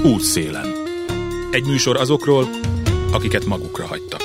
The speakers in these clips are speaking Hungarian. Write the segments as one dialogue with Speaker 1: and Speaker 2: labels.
Speaker 1: Útszélen. Egy műsor azokról, akiket magukra hagytak.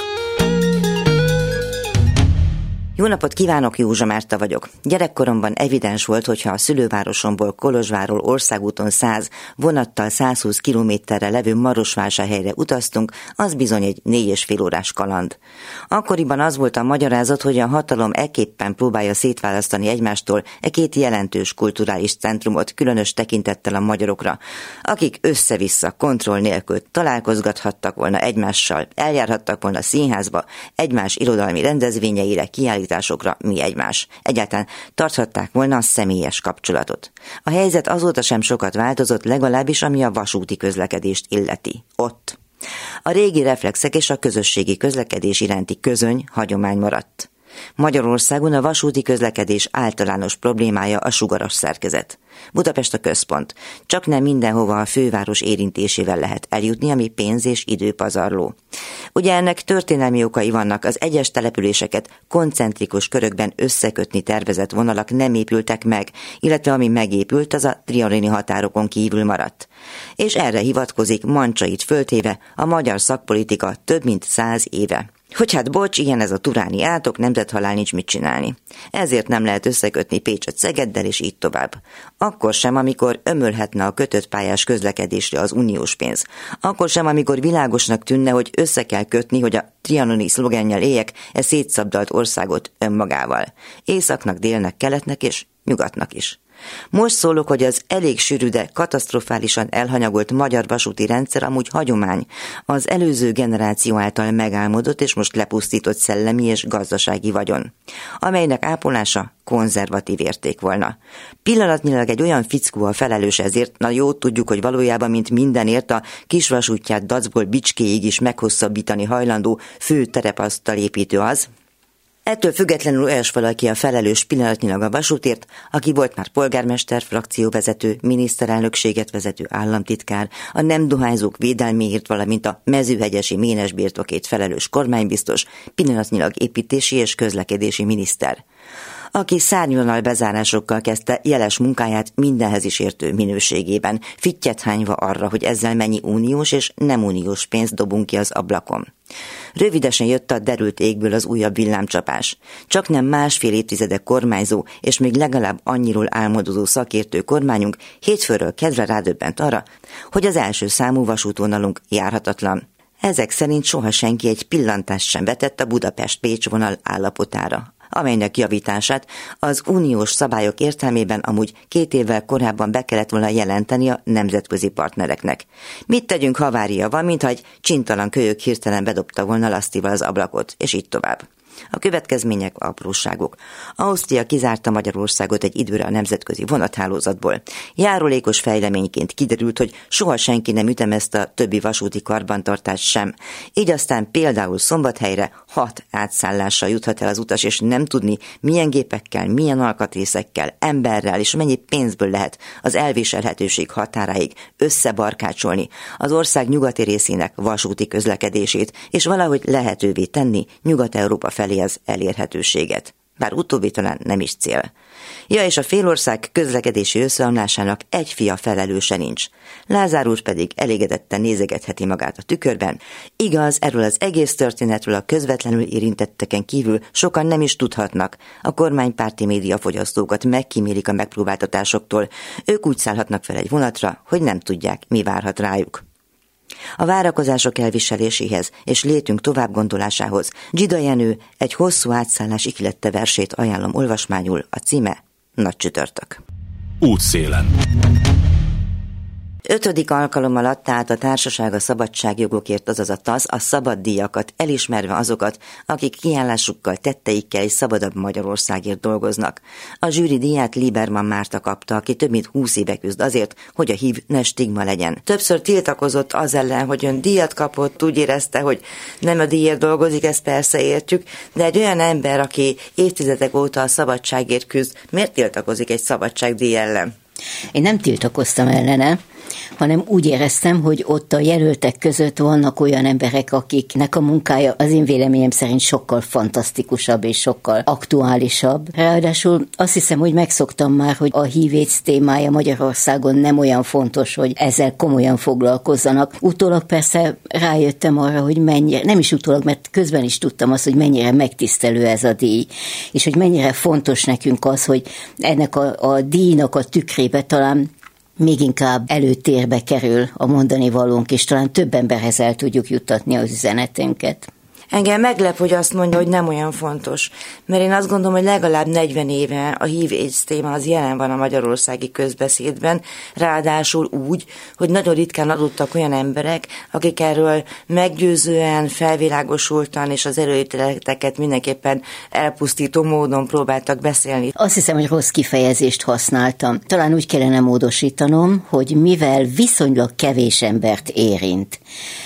Speaker 2: Jó napot kívánok, Józsa Márta vagyok. Gyerekkoromban evidens volt, hogyha a szülővárosomból, Kolozsvárról országúton 100, vonattal 120 kilométerre levő Marosvásárhelyre utaztunk, az bizony egy 4,5 órás kaland. Akkoriban az volt a magyarázat, hogy a hatalom ekképpen próbálja szétválasztani egymástól két jelentős kulturális centrumot, különös tekintettel a magyarokra, akik össze-vissza kontroll nélkül találkozgathattak volna egymással, eljárhattak volna színházba, egymás irodalmi rendezvényeire, kiállításokra, mi egymás. Egyáltalán tarthatták volna a személyes kapcsolatot. A helyzet azóta sem sokat változott, legalábbis ami a vasúti közlekedést illeti. Ott. A régi reflexek és a közösségi közlekedés iránti közöny hagyomány maradt. Magyarországon a vasúti közlekedés általános problémája a sugaras szerkezet. Budapest a központ. Csak nem mindenhova a főváros érintésével lehet eljutni, ami pénz és időpazarló. Ugye ennek történelmi okai vannak, az egyes településeket koncentrikus körökben összekötni tervezett vonalak nem épültek meg, illetve ami megépült, az a trianoni határokon kívül maradt. És erre hivatkozik mancsait föltéve a magyar szakpolitika több mint 100 éve. Hogy hát bocs, ilyen ez a turáni átok, nemzethalál, nincs mit csinálni. Ezért nem lehet összekötni Pécset Szegeddel, és így tovább. Akkor sem, amikor ömölhetne a kötött pályás közlekedésre az uniós pénz. Akkor sem, amikor világosnak tűnne, hogy össze kell kötni, hogy a trianoni szlogennyel éljek szétszabdalt országot önmagával. Északnak, délnek, keletnek és nyugatnak is. Most szólok, hogy az elég sűrű, de katasztrofálisan elhanyagolt magyar vasúti rendszer amúgy hagyomány, az előző generáció által megálmodott és most lepusztított szellemi és gazdasági vagyon, amelynek ápolása konzervatív érték volna. Pillanatnyilag egy olyan fickó a felelős ezért, na jó, tudjuk, hogy valójában mint mindenért a kisvasútját Dacból Bicskéig is meghosszabbítani hajlandó fő terepasztal építő az. Ettől függetlenül olyas valaki a felelős pillanatnyilag a vasútért, aki volt már polgármester, frakcióvezető, miniszterelnökséget vezető államtitkár, a nem dohányzók védelméért, valamint a mezőhegyesi ménes birtokét felelős kormánybiztos, pillanatnyilag építési és közlekedési miniszter, aki szárnyvonal bezárásokkal kezdte jeles munkáját mindenhez is értő minőségében, fittyet hányva arra, hogy ezzel mennyi uniós és nem uniós pénzt dobunk ki az ablakon. Rövidesen jött a derült égből az újabb villámcsapás. Csak nem másfél évtizedek kormányzó és még legalább annyiról álmodozó szakértő kormányunk hétfőről kedre rádöbbent arra, hogy az első számú vasútvonalunk járhatatlan. Ezek szerint soha senki egy pillantást sem vetett a Budapest-Pécs vonal állapotára, amelynek javítását az uniós szabályok értelmében amúgy 2 évvel korábban be kellett volna jelenteni a nemzetközi partnereknek. Mit tegyünk, havária van, mintha egy csintalan kölyök hirtelen bedobta volna lasztival az ablakot, és így tovább. A következmények apróságok. Ausztria kizárta Magyarországot egy időre a nemzetközi vonathálózatból. Járulékos fejleményként kiderült, hogy soha senki nem ütemezte a többi vasúti karbantartást sem. Így aztán például Szombathelyre 6 átszállással juthat el az utas, és nem tudni, milyen gépekkel, milyen alkatrészekkel, emberrel és mennyi pénzből lehet az elviselhetőség határáig összebarkácsolni az ország nyugati részének vasúti közlekedését, és valahogy lehetővé tenni Nyugat-Európa felé az elérhetőséget. Bár utóbbi talán nem is cél. Ja, és a félország közlekedési összeomlásának egy fia felelőse nincs. Lázár úr pedig elégedetten nézegetheti magát a tükörben. Igaz, erről az egész történetről a közvetlenül érintetteken kívül sokan nem is tudhatnak. A kormánypárti médiafogyasztókat megkímélik a megpróbáltatásoktól. Ők úgy szállhatnak fel egy vonatra, hogy nem tudják, mi várhat rájuk. A várakozások elviseléséhez és létünk továbbgondolásához Dzsida Jenő egy hosszú átszállás ihlette versét ajánlom olvasmányul, a címe Nagy csütörtök.
Speaker 1: Útszélen.
Speaker 2: 5. alkalommal adta át a társaság a szabadságjogokért, azaz a TASZ a szabaddíjakat, elismerve azokat, akik kiállásukkal, tetteikkel egy szabadabb Magyarországért dolgoznak. A zsűri díját Lieberman Márta kapta, aki több mint 20 éve küzd azért, hogy a HIV ne stigma legyen. Többször tiltakozott az ellen, hogy ön díjat kapott, úgy érezte, hogy nem a díjért dolgozik, ezt persze értjük, de egy olyan ember, aki évtizedek óta a szabadságért küzd, miért tiltakozik egy szabadságdíj ellen?
Speaker 3: Én nem tiltakoztam ellene, hanem úgy éreztem, hogy ott a jelöltek között vannak olyan emberek, akiknek a munkája az én véleményem szerint sokkal fantasztikusabb és sokkal aktuálisabb. Ráadásul azt hiszem, hogy megszoktam már, hogy a HIV/AIDS témája Magyarországon nem olyan fontos, hogy ezzel komolyan foglalkozzanak. Utólag persze rájöttem arra, hogy mennyire, nem is utólag, mert közben is tudtam azt, hogy mennyire megtisztelő ez a díj, és hogy mennyire fontos nekünk az, hogy ennek a díjnak a tükrébe talán még inkább előtérbe kerül a mondani valónk, és talán több emberhez el tudjuk juttatni az üzenetünket.
Speaker 2: Engem meglep, hogy azt mondja, hogy nem olyan fontos, mert én azt gondolom, hogy legalább 40 éve a HIV/AIDS téma az jelen van a magyarországi közbeszédben, ráadásul úgy, hogy nagyon ritkán adottak olyan emberek, akik erről meggyőzően, felvilágosultan és az előítéleteket mindenképpen elpusztító módon próbáltak beszélni.
Speaker 3: Azt hiszem, hogy rossz kifejezést használtam. Talán úgy kellene módosítanom, hogy mivel viszonylag kevés embert érint,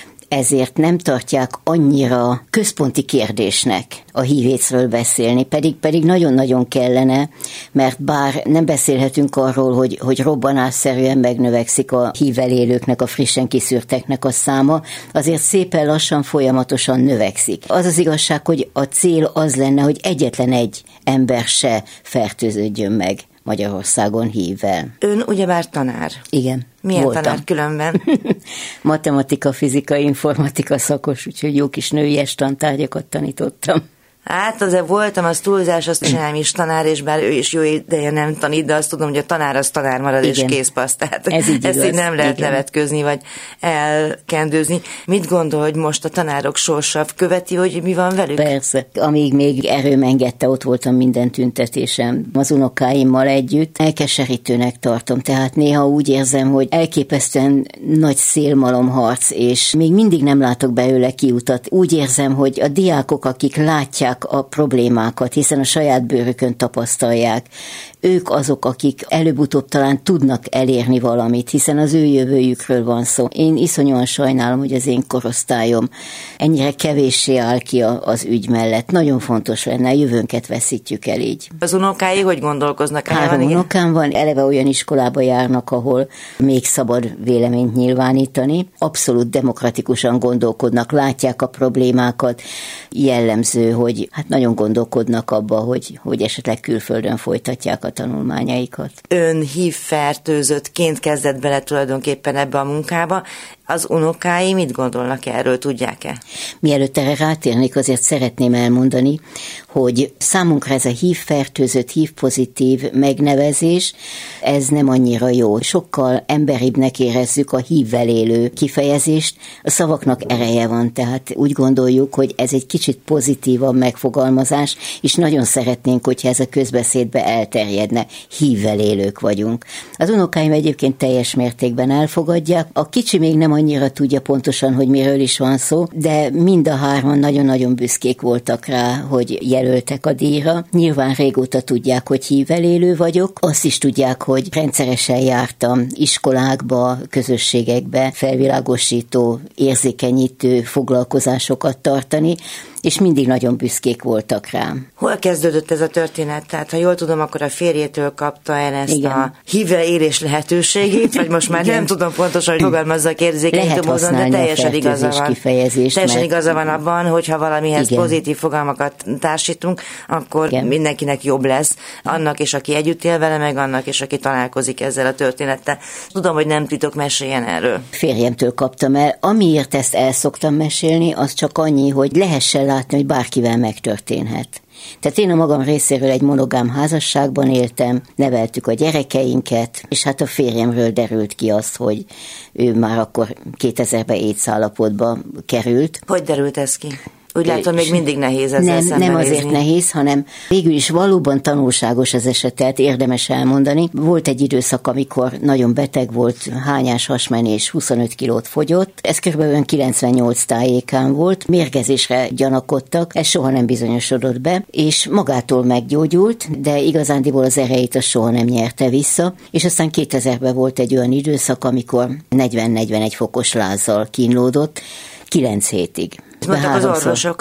Speaker 3: ezért nem tartják annyira központi kérdésnek a HIV/AIDS-ről beszélni, pedig nagyon-nagyon kellene, mert bár nem beszélhetünk arról, hogy robbanásszerűen megnövekszik a HIV-vel élőknek, a frissen kiszűrteknek a száma, azért szépen lassan, folyamatosan növekszik. Az az igazság, hogy a cél az lenne, hogy egyetlen egy ember se fertőződjön meg Magyarországon HIV-vel.
Speaker 2: Ön ugyebár tanár.
Speaker 3: Igen.
Speaker 2: Milyen
Speaker 3: voltam.
Speaker 2: tanár különben?
Speaker 3: Matematika, fizika, informatika szakos, úgyhogy jó kis nőies tantárgyakat tanítottam.
Speaker 2: Hát azért voltam, az túlzás, azt csinálom is tanár, és bár ő is jó ideje nem tanít, de azt tudom, hogy a tanár az tanár marad, igen. És készpassz. Tehát ezt így nem lehet levetközni, vagy elkendőzni. Mit gondol, hogy most a tanárok sorsa követi, hogy mi van velük?
Speaker 3: Persze. Amíg még erőm engedte, ott voltam minden tüntetésem az unokáimmal együtt. Elkeserítőnek tartom, tehát néha úgy érzem, hogy elképesztően nagy szélmalomharc, és még mindig nem látok belőle kiutat. Úgy érzem, hogy a diákok, akik látják a problémákat, hiszen a saját bőrükön tapasztalják. Ők azok, akik előbb-utóbb talán tudnak elérni valamit, hiszen az ő jövőjükről van szó. Én iszonyúan sajnálom, hogy az én korosztályom ennyire kevéssé áll ki az ügy mellett. Nagyon fontos lenne, a jövőnket veszítjük el így.
Speaker 2: Az unokái hogy gondolkoznak?
Speaker 3: 3 unokám van, eleve olyan iskolába járnak, ahol még szabad véleményt nyilvánítani. Abszolút demokratikusan gondolkodnak, látják a problémákat. Jellemző, hogy hát nagyon gondolkodnak abba, hogy esetleg külföldön folytatják a tanulmányaikat.
Speaker 2: Ön HIV-fertőzöttként kezdett bele tulajdonképpen ebbe a munkába. Az unokái mit gondolnak erről, tudják-e?
Speaker 3: Mielőtt erre rátérnék, azért szeretném elmondani, hogy számunkra ez a HIV-fertőzött, HIV-pozitív megnevezés, ez nem annyira jó. Sokkal emberibbnek érezzük a HIV-vel élő kifejezést, a szavaknak ereje van, tehát úgy gondoljuk, hogy ez egy kicsit pozitívabb megfogalmazás, és nagyon szeretnénk, hogyha ez a közbeszédbe elterjedne. HIV-vel élők vagyunk. Az unokáim egyébként teljes mértékben elfogadják, a kicsi még nem annyira tudja pontosan, hogy miről is van szó, de mind a 3 nagyon-nagyon büszkék voltak rá, hogy jelöltek a díjra. Nyilván régóta tudják, hogy HIV-vel élő vagyok. Azt is tudják, hogy rendszeresen jártam iskolákba, közösségekbe, felvilágosító, érzékenyítő foglalkozásokat tartani, és mindig nagyon büszkék voltak rám.
Speaker 2: Hol kezdődött ez a történet? Tehát, ha jól tudom, akkor a férjétől kapta el ezt
Speaker 3: igen.
Speaker 2: a HIV-vel élés lehetőségét, vagy most már nem tudom pontosan, hogy fogalmazzak érzékenyítő módon, de teljesen igaza van. Teljesen igaza van abban, hogyha valamihez igen. pozitív fogalmakat társítunk, akkor igen. mindenkinek jobb lesz. Annak is, aki együtt él vele, meg annak is, aki találkozik ezzel a történettel. Tudom, hogy nem titok, meséljen erről.
Speaker 3: Férjemtől kaptam el. Amiért ezt el szoktam mesélni, az csak annyi, hogy lehessen látni, hogy bárkivel megtörténhet. Tehát én a magam részéről egy monogám házasságban éltem, neveltük a gyerekeinket, és hát a férjemről derült ki az, hogy ő már akkor 2000-ben AIDS állapotba került.
Speaker 2: Hogy derült ez ki? Úgy látom, még mindig nehéz ezzel szembenézni.
Speaker 3: Nem azért nehéz, hanem végül is valóban tanulságos az esetet, érdemes elmondani. Volt egy időszak, amikor nagyon beteg volt, hányás, hasmenés, 25 kilót fogyott. Ez kb. 98 tájékán volt, mérgezésre gyanakodtak, ez soha nem bizonyosodott be, és magától meggyógyult, de igazándiból az erejét az soha nem nyerte vissza, és aztán 2000-ben volt egy olyan időszak, amikor 40-41 fokos lázzal kínlódott, 9 hétig.
Speaker 2: Mondtak az orvosok?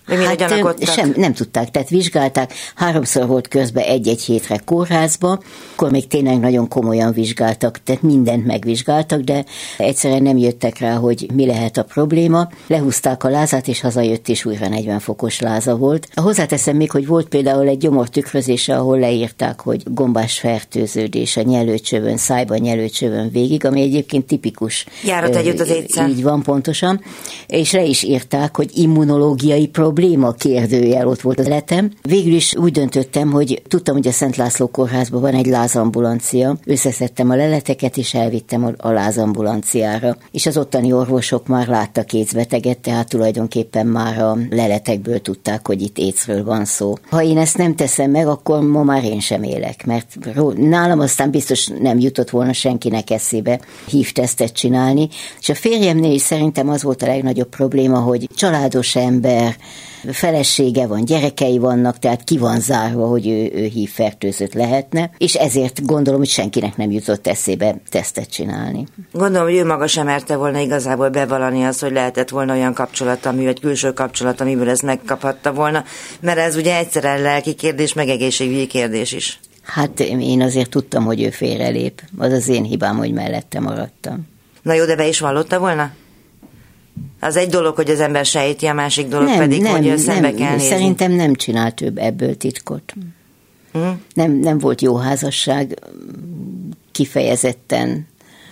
Speaker 3: Nem tudták, tehát vizsgálták, 3-szor volt közben 1-1 hétre kórházba, akkor még tényleg nagyon komolyan vizsgáltak, tehát mindent megvizsgáltak, de egyszerűen nem jöttek rá, hogy mi lehet a probléma. Lehúzták a lázát, és hazajött, és újra 40 fokos láza volt. Hozzáteszem még, hogy volt például egy gyomortükrözése, ahol leírták, hogy gombás fertőződés a nyelőcsövön, szájban, nyelőcsövön végig, ami egyébként tipikus.
Speaker 2: Járat együtt az étszel.
Speaker 3: Így van, pontosan. És le is írták, hogy immunológiai probléma kérdőjel ott volt az letem. Végül is úgy döntöttem, hogy tudtam, hogy a Szent László kórházban van egy lázambulancia. Összeszedtem a leleteket, és elvittem a lázambulanciára. És az ottani orvosok már láttak écbeteget, tehát tulajdonképpen már a leletekből tudták, hogy itt écről van szó. Ha én ezt nem teszem meg, akkor ma már én sem élek, mert nálam aztán biztos nem jutott volna senkinek eszébe HIV-tesztet csinálni. És a férjemnél is szerintem az volt a legnagyobb probléma, hogy családos ember, felesége van, gyerekei vannak, tehát ki van zárva, hogy ő HIV-fertőzött lehetne, és ezért gondolom, hogy senkinek nem jutott eszébe tesztet csinálni.
Speaker 2: Gondolom, hogy ő maga sem merte volna igazából bevallani azt, hogy lehetett volna olyan kapcsolat, vagy külső kapcsolat, amiből ezt megkaphatta volna, mert ez ugye egyszerűen lelki kérdés, meg egészségügyi kérdés is.
Speaker 3: Hát én azért tudtam, hogy ő félrelép. Az az én hibám, hogy mellette maradtam.
Speaker 2: Na jó, de be is vallotta volna? Az egy dolog, hogy az ember sejti, a másik dolog hogy szembe kell nézni.
Speaker 3: Szerintem nem csinál több ebből titkot. Nem volt jó házasság, kifejezetten,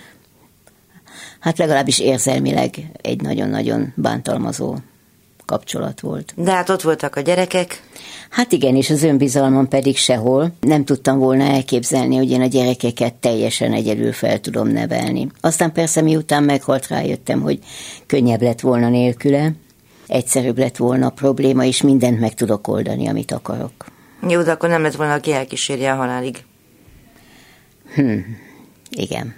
Speaker 3: hát legalábbis érzelmileg egy nagyon-nagyon bántalmazó kapcsolat volt.
Speaker 2: De hát ott voltak a gyerekek.
Speaker 3: Hát igen, és az önbizalmam pedig sehol. Nem tudtam volna elképzelni, hogy én a gyerekeket teljesen egyedül fel tudom nevelni. Aztán persze miután meghalt, rájöttem, hogy könnyebb lett volna nélküle, egyszerűbb lett volna a probléma, és mindent meg tudok oldani, amit akarok.
Speaker 2: Jó, de akkor nem lett volna, aki elkísérje a halálig.
Speaker 3: Igen.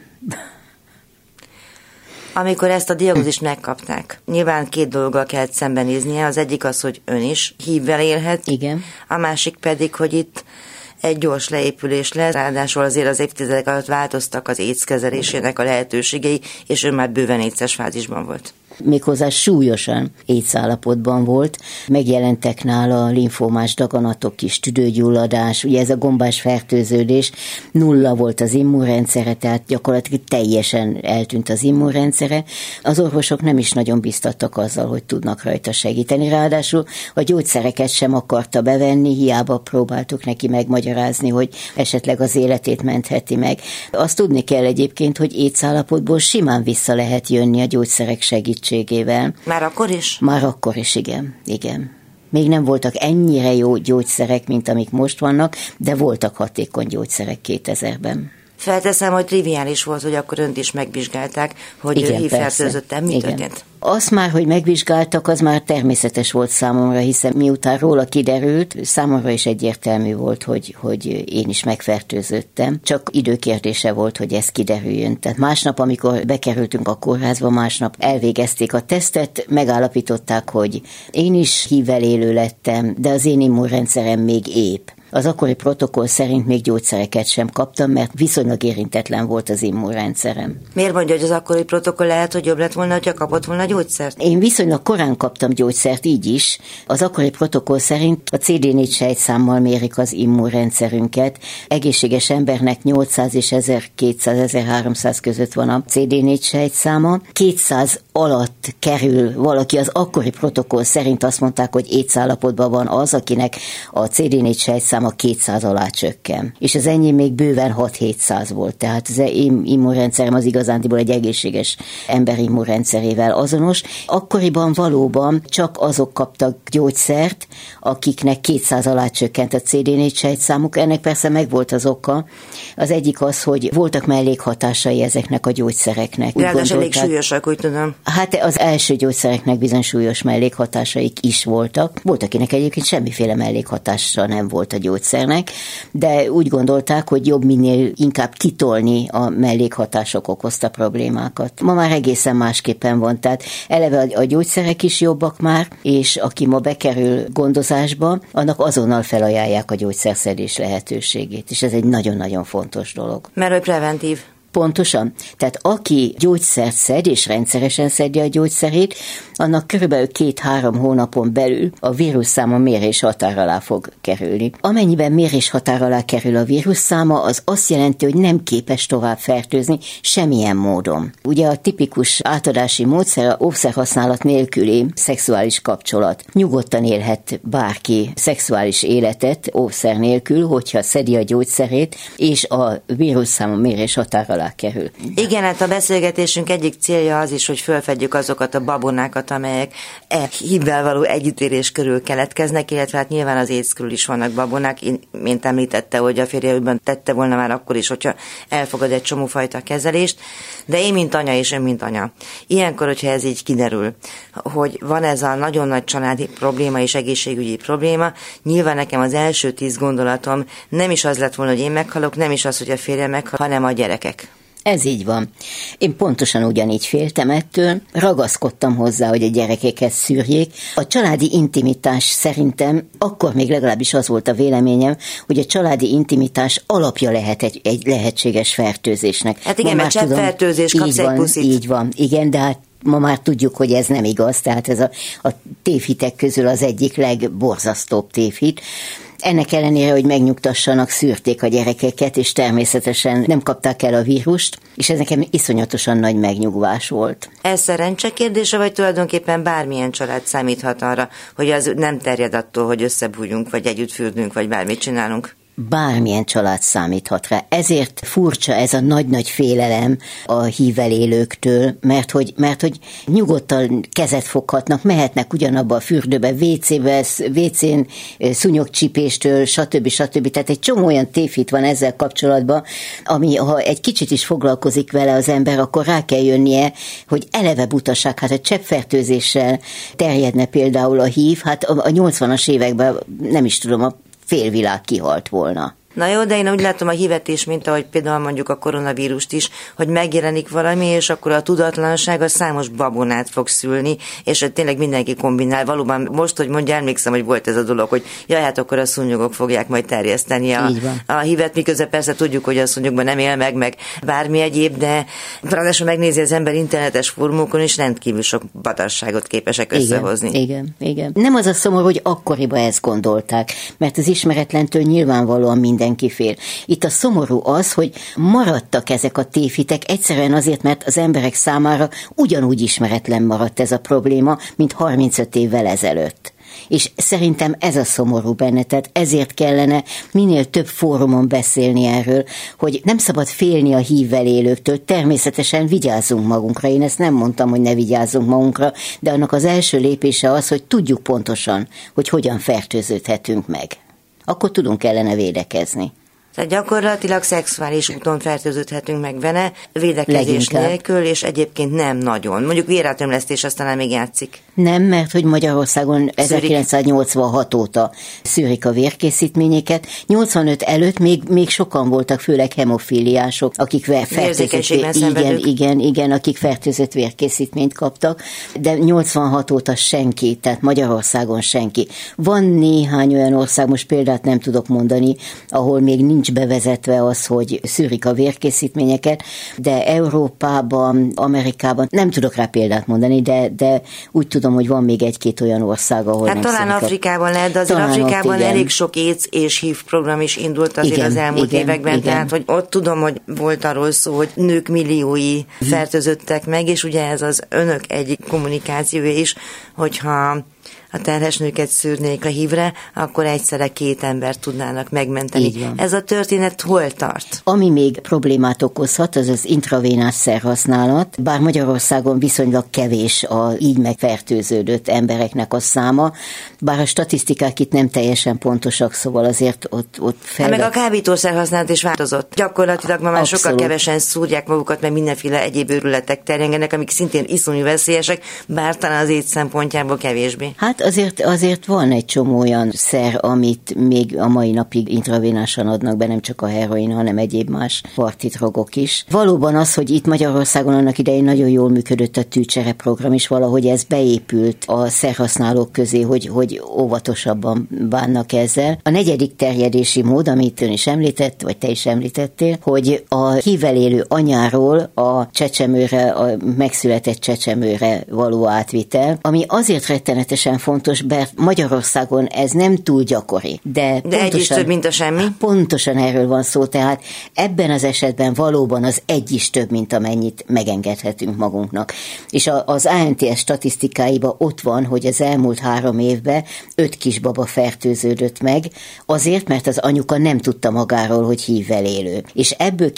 Speaker 2: Amikor ezt a diagnózist megkapták, nyilván 2 dologgal kellett szembenéznie, az egyik az, hogy ön is HIV-vel élhet,
Speaker 3: igen.
Speaker 2: A másik pedig, hogy itt egy gyors leépülés lesz, ráadásul azért az évtizedek alatt változtak az AIDS kezelésének a lehetőségei, és ön már bőven AIDS-es fázisban volt.
Speaker 3: Méghozzá súlyosan AIDS állapotban volt, megjelentek nála linfómás daganatok is, tüdőgyulladás, ugye ez a gombás fertőződés, 0 volt az immunrendszere, tehát gyakorlatilag teljesen eltűnt az immunrendszere. Az orvosok nem is nagyon biztattak azzal, hogy tudnak rajta segíteni, ráadásul a gyógyszereket sem akarta bevenni, hiába próbáltuk neki megmagyarázni, hogy esetleg az életét mentheti meg. Azt tudni kell egyébként, hogy AIDS állapotból simán vissza lehet jönni a gyógyszerek segítségével.
Speaker 2: Már akkor is?
Speaker 3: Már akkor is, igen. Még nem voltak ennyire jó gyógyszerek, mint amik most vannak, de voltak hatékony gyógyszerek 2000-ben.
Speaker 2: Felteszem, hogy triviális volt, hogy akkor önt is megvizsgálták, hogy HIV-fertőzöttem. Mi történt?
Speaker 3: Az már, hogy megvizsgáltak, az már természetes volt számomra, hiszen miután róla kiderült, számomra is egyértelmű volt, hogy én is megfertőzöttem. Csak időkérdése volt, hogy ez kiderüljön. Tehát másnap, amikor bekerültünk a kórházba, másnap elvégezték a tesztet, megállapították, hogy én is HIV-vel élő lettem, de az én immunrendszerem még épp. Az akkori protokoll szerint még gyógyszereket sem kaptam, mert viszonylag érintetlen volt az immunrendszerem.
Speaker 2: Miért mondja, hogy az akkori protokoll lehet, hogy jobb lett volna, hogyha kapott volna gyógyszert?
Speaker 3: Én viszonylag korán kaptam gyógyszert, így is. Az akkori protokoll szerint a CD4 sejtszámmal mérik az immunrendszerünket. Egészséges embernek 800 és 1200-1300 között van a CD4 sejtszáma. 200 alatt kerül valaki, az akkori protokoll szerint azt mondták, hogy AIDS állapotban van az, akinek a CD4 sejtszáma 200 alá csökken. És az enyém még bőven 6-700 volt. Tehát az immunrendszerem az igazándiból egy egészséges ember immunrendszerével azonos. Akkoriban valóban csak azok kaptak gyógyszert, akiknek 200 alá csökkent a CD4 sejtszámuk. Ennek persze megvolt az oka. Az egyik az, hogy voltak mellékhatásai ezeknek a gyógyszereknek.
Speaker 2: Ráadásul elég súlyosak, úgy tudom.
Speaker 3: Hát az első gyógyszereknek bizony súlyos mellékhatásaik is voltak. Volt, akinek egyébként semmiféle mellékhatása nem volt a gyógyszernek, de úgy gondolták, hogy jobb minél inkább kitolni a mellékhatások okozta problémákat. Ma már egészen másképpen van, tehát eleve a gyógyszerek is jobbak már, és aki ma bekerül gondozásba, annak azonnal felajánlják a gyógyszerszedés lehetőségét, és ez egy nagyon-nagyon fontos dolog.
Speaker 2: Mert hogy preventív.
Speaker 3: Pontosan. Tehát aki gyógyszert szed, és rendszeresen szedje a gyógyszerét, annak körülbelül 2-3 hónapon belül a vírusszáma mérés határ alá fog kerülni. Amennyiben mérés határ alá kerül a vírusszáma, az azt jelenti, hogy nem képes tovább fertőzni semmilyen módon. Ugye a tipikus átadási módszer a óvszerhasználat nélküli szexuális kapcsolat. Nyugodtan élhet bárki szexuális életet óvszer nélkül, hogyha szedi a gyógyszerét, és a vírusszáma mérés határ alá kerül.
Speaker 2: Igen, hát a beszélgetésünk egyik célja az is, hogy fölfedjük azokat a babonákat, amelyek HIV-vel való együttérés körül keletkeznek, illetve hát nyilván az AIDS körül is vannak babonák, mint említette, hogy a férjében tette volna már akkor is, hogyha elfogad egy csomófajta kezelést, de én mint anya és ön mint anya. Ilyenkor, hogyha ez így kiderül, hogy van ez a nagyon nagy családi probléma és egészségügyi probléma, nyilván nekem az első 10 gondolatom nem is az lett volna, hogy én meghalok, nem is az, hogy a férjem meghal, hanem a gyerekek.
Speaker 3: Ez így van. Én pontosan ugyanígy féltem ettől, ragaszkodtam hozzá, hogy a gyerekeket szűrjék. A családi intimitás szerintem, akkor még legalábbis az volt a véleményem, hogy a családi intimitás alapja lehet egy lehetséges fertőzésnek.
Speaker 2: Hát igen, mert cseppfertőzés, kapsz egy puszit.
Speaker 3: Így van, igen, de hát ma már tudjuk, hogy ez nem igaz, tehát ez a tévhitek közül az egyik legborzasztóbb tévhit. Ennek ellenére, hogy megnyugtassanak, szűrték a gyerekeket, és természetesen nem kapták el a vírust, és ez nekem iszonyatosan nagy megnyugvás volt.
Speaker 2: Ez szerencse kérdése, vagy tulajdonképpen bármilyen család számíthat arra, hogy az nem terjed attól, hogy összebújjunk, vagy együtt fürdünk, vagy bármit csinálunk?
Speaker 3: Bármilyen család számíthat rá. Ezért furcsa ez a nagy-nagy félelem a HIV-vel élőktől, mert hogy nyugodtan kezet foghatnak, mehetnek ugyanabba a fürdőbe, WC-n, szúnyogcsípéstől, stb. Tehát egy csomó olyan tévhit van ezzel kapcsolatban, ami ha egy kicsit is foglalkozik vele az ember, akkor rá kell jönnie, hogy eleve butaság, hát a cseppfertőzéssel terjedne például a HIV, hát a 80-as években nem is tudom, a félvilág kihalt volna.
Speaker 2: Na jó, de én úgy látom a HIV-et is, mint ahogy például mondjuk a koronavírust is, hogy megjelenik valami, és akkor a tudatlanság a számos babonát fog szülni, és tényleg mindenki kombinál. Valóban most, hogy mondja, emlékszem, hogy volt ez a dolog, hogy jaj, hát akkor a szúnyogok fogják majd terjeszteni a HIV-et, miközben persze tudjuk, hogy a szúnyogban nem él meg bármi egyéb, de ráadásul megnézi az ember internetes fórumokon, és rendkívül sok badarságot képesek összehozni.
Speaker 3: Igen. Nem az a szomorú, hogy akkoriban ezt gondolták, mert az ismeretlentől nyilvánvalóan mindenki fél. Itt a szomorú az, hogy maradtak ezek a tévhitek egyszerűen azért, mert az emberek számára ugyanúgy ismeretlen maradt ez a probléma, mint 35 évvel ezelőtt. És szerintem ez a szomorú benne, tehát ezért kellene minél több fórumon beszélni erről, hogy nem szabad félni a HIV-vel élőktől, természetesen vigyázzunk magunkra, én ezt nem mondtam, hogy ne vigyázzunk magunkra, de annak az első lépése az, hogy tudjuk pontosan, hogy hogyan fertőződhetünk meg. Akkor tudunk ellene védekezni.
Speaker 2: Tehát gyakorlatilag szexuális úton fertőződhetünk meg vele, védekezés nélkül, és egyébként nem nagyon. Mondjuk vérátömlesztés aztán még játszik.
Speaker 3: Nem, mert hogy Magyarországon 1986 óta szűrik a vérkészítményeket. 85 előtt még sokan voltak, főleg hemofíliások, akik akik fertőzött vérkészítményt kaptak, de 86 óta senki, tehát Magyarországon senki. Van néhány olyan ország, most példát nem tudok mondani, ahol még nincs bevezetve az, hogy szűrik a vérkészítményeket, de Európában, Amerikában nem tudok rá példát mondani, de úgy tudom, hogy van még egy-két olyan ország, ahol
Speaker 2: hát nem talán Afrikában lehet, de azért Afrikában elég sok AIDS és HIV program is indult azért az elmúlt években, tehát hogy ott tudom, hogy volt arról szó, hogy nők milliói fertőzöttek meg, és ugye ez az önök egyik kommunikációja is, hogyha a terhes nőket szűrnék a HIV-re, akkor egyszerre 2 embert tudnának megmenteni. Ez a történet hol tart?
Speaker 3: Ami még problémát okozhat, az az intravénás szerhasználat, bár Magyarországon viszonylag kevés a így megfertőződött embereknek a száma, bár a statisztikák itt nem teljesen pontosak, szóval azért ott
Speaker 2: meg a kábítószer használat is változott. Gyakorlatilag ma már sokkal kevesen szúrják magukat, mert mindenféle egyéb őrületek terjengenek, amik szintén iszonyú veszélyesek, bár talán az égy szempontjából kevésbé.
Speaker 3: Hát azért van egy csomó olyan szer, amit még a mai napig intravénásan adnak be, nem csak a heroin, hanem egyéb más parti drogok is. Valóban az, hogy itt Magyarországon annak idején nagyon jól működött a tűcsere program, és valahogy ez beépült a szerhasználók közé, hogy óvatosabban bánnak ezzel. A negyedik terjedési mód, amit ön is említett, vagy te is említettél, hogy a HIV-vel élő anyáról a csecsemőre, a megszületett csecsemőre való átvitel, ami azért rettenetesen fontos, mert Magyarországon ez nem túl gyakori. De
Speaker 2: egy is több, mint a semmi.
Speaker 3: Pontosan erről van szó, tehát ebben az esetben valóban az egy is több, mint amennyit megengedhetünk magunknak. És az ANTS statisztikáiban ott van, hogy az elmúlt 3 évben 5 kisbaba fertőződött meg, azért, mert az anyuka nem tudta magáról, hogy HIV-vel élő. És ebből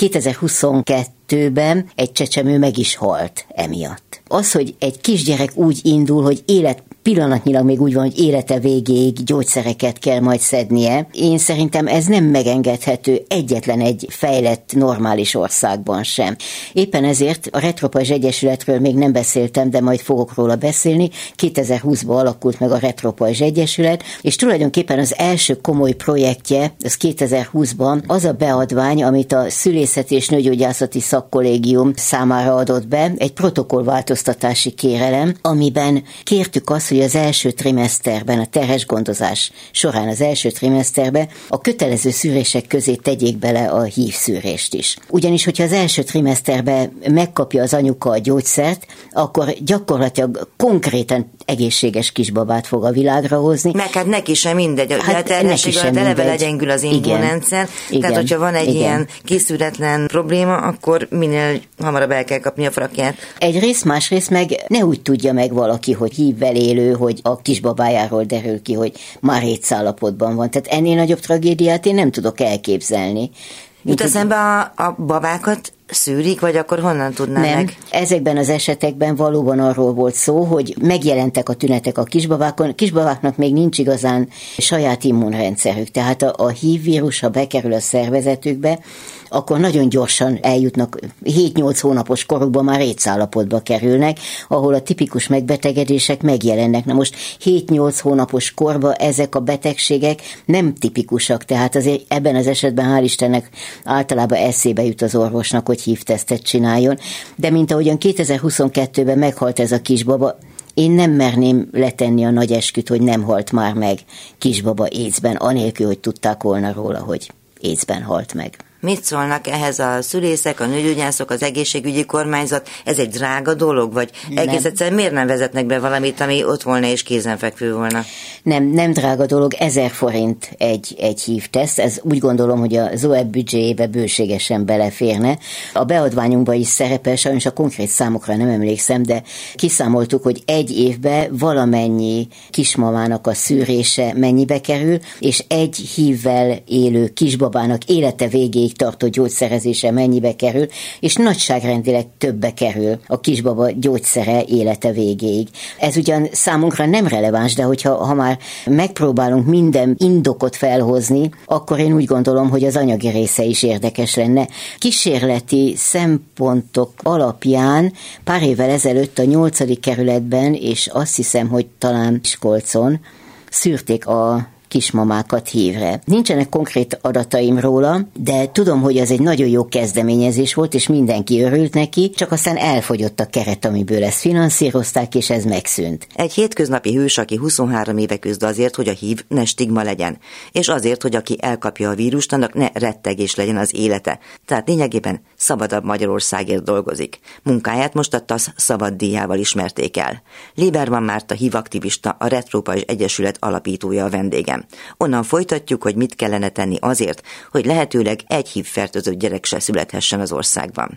Speaker 3: 2022-ben egy csecsemő meg is halt emiatt. Az, hogy egy kisgyerek úgy indul, hogy pillanatnyilag még úgy van, hogy élete végéig gyógyszereket kell majd szednie. Én szerintem ez nem megengedhető egyetlen egy fejlett, normális országban sem. Éppen ezért a Retropajzs Egyesületről még nem beszéltem, de majd fogok róla beszélni. 2020-ban alakult meg a Retropajzs Egyesület, és tulajdonképpen az első komoly projektje, az 2020-ban az a beadvány, amit a Szülészeti és Nőgyógyászati Szakkollégium számára adott be, egy protokollváltoztatási kérelem, amiben kértük azt, hogy az első trimeszterben, a terhes gondozás során az első trimeszterben a kötelező szűrések közé tegyék bele a HIV szűrést is. Ugyanis, hogyha az első trimeszterben megkapja az anyuka a gyógyszert, akkor gyakorlatilag konkrétan egészséges kisbabát fog a világra hozni.
Speaker 2: Meg hát neki sem mindegy. Hát neki sem eleve legyengül az immunrendszer. Tehát, hogyha van egy ilyen kiszűretlen probléma, akkor minél hamarabb el kell kapni a frakját.
Speaker 3: Egyrészt, másrészt meg ne úgy tudja meg valaki, hogy HIV-vel élő, hogy a kisbabájáról derül ki, hogy már AIDS állapotban van. Tehát ennél nagyobb tragédiát én nem tudok elképzelni.
Speaker 2: Jut eszembe a babákat szűrik, vagy akkor honnan tudnám meg?
Speaker 3: Ezekben az esetekben valóban arról volt szó, hogy megjelentek a tünetek a kisbabákon. Kisbabáknak még nincs igazán saját immunrendszerük, tehát a HIV vírus, ha bekerül a szervezetükbe, akkor nagyon gyorsan eljutnak, 7-8 hónapos korukban már AIDS állapotba kerülnek, ahol a tipikus megbetegedések megjelennek. Na most 7-8 hónapos korban ezek a betegségek nem tipikusak, tehát azért ebben az esetben hál' Istennek általában eszébe jut az orvosnak, hogy HIV-tesztet csináljon, de mint ahogyan 2022-ben meghalt ez a kisbaba, én nem merném letenni a nagy esküt, hogy nem halt már meg kisbaba AIDS-ben, anélkül, hogy tudták volna róla, hogy AIDS-ben halt meg.
Speaker 2: Mit szólnak ehhez a szülészek, a nőgyógyászok, az egészségügyi kormányzat? Ez egy drága dolog? Vagy egész egyszerűen miért nem vezetnek be valamit, ami ott volna és kézenfekvő volna?
Speaker 3: Nem drága dolog, 1000 forint egy HIV-teszt. Ez úgy gondolom, hogy a ZOEB büdzséjébe bőségesen beleférne. A beadványunkban is szerepel, sajnos a konkrét számokra nem emlékszem, de kiszámoltuk, hogy egy évben valamennyi kismamának a szűrése mennyibe kerül, és egy HIV-vel élő kisbabának élete végéig tartó gyógyszerezése mennyibe kerül, és nagyságrendileg többe kerül a kisbaba gyógyszere élete végéig. Ez ugyan számunkra nem releváns, de ha már megpróbálunk minden indokot felhozni, akkor én úgy gondolom, hogy az anyagi része is érdekes lenne. Kísérleti szempontok alapján pár évvel ezelőtt a 8. kerületben, és azt hiszem, hogy talán Miskolcon szűrték a kismamákat HIV-re. Nincsenek konkrét adataim róla, de tudom, hogy ez egy nagyon jó kezdeményezés volt, és mindenki örült neki, csak aztán elfogyott a keret, amiből ezt finanszírozták, és ez megszűnt.
Speaker 2: Egy hétköznapi hős, aki 23 éve küzd azért, hogy a HIV ne stigma legyen, és azért, hogy aki elkapja a vírust, annak ne rettegés legyen az élete. Tehát lényegében szabadabb Magyarországért dolgozik. Munkáját most a TASZ szabad díjával ismerték el. Lieberman Márta HIV aktivista, a Retropajzs Egyesület alapítója a vendégem. Onnan folytatjuk, hogy mit kellene tenni azért, hogy lehetőleg egy HIV-fertőzött gyerek se születhessen az országban.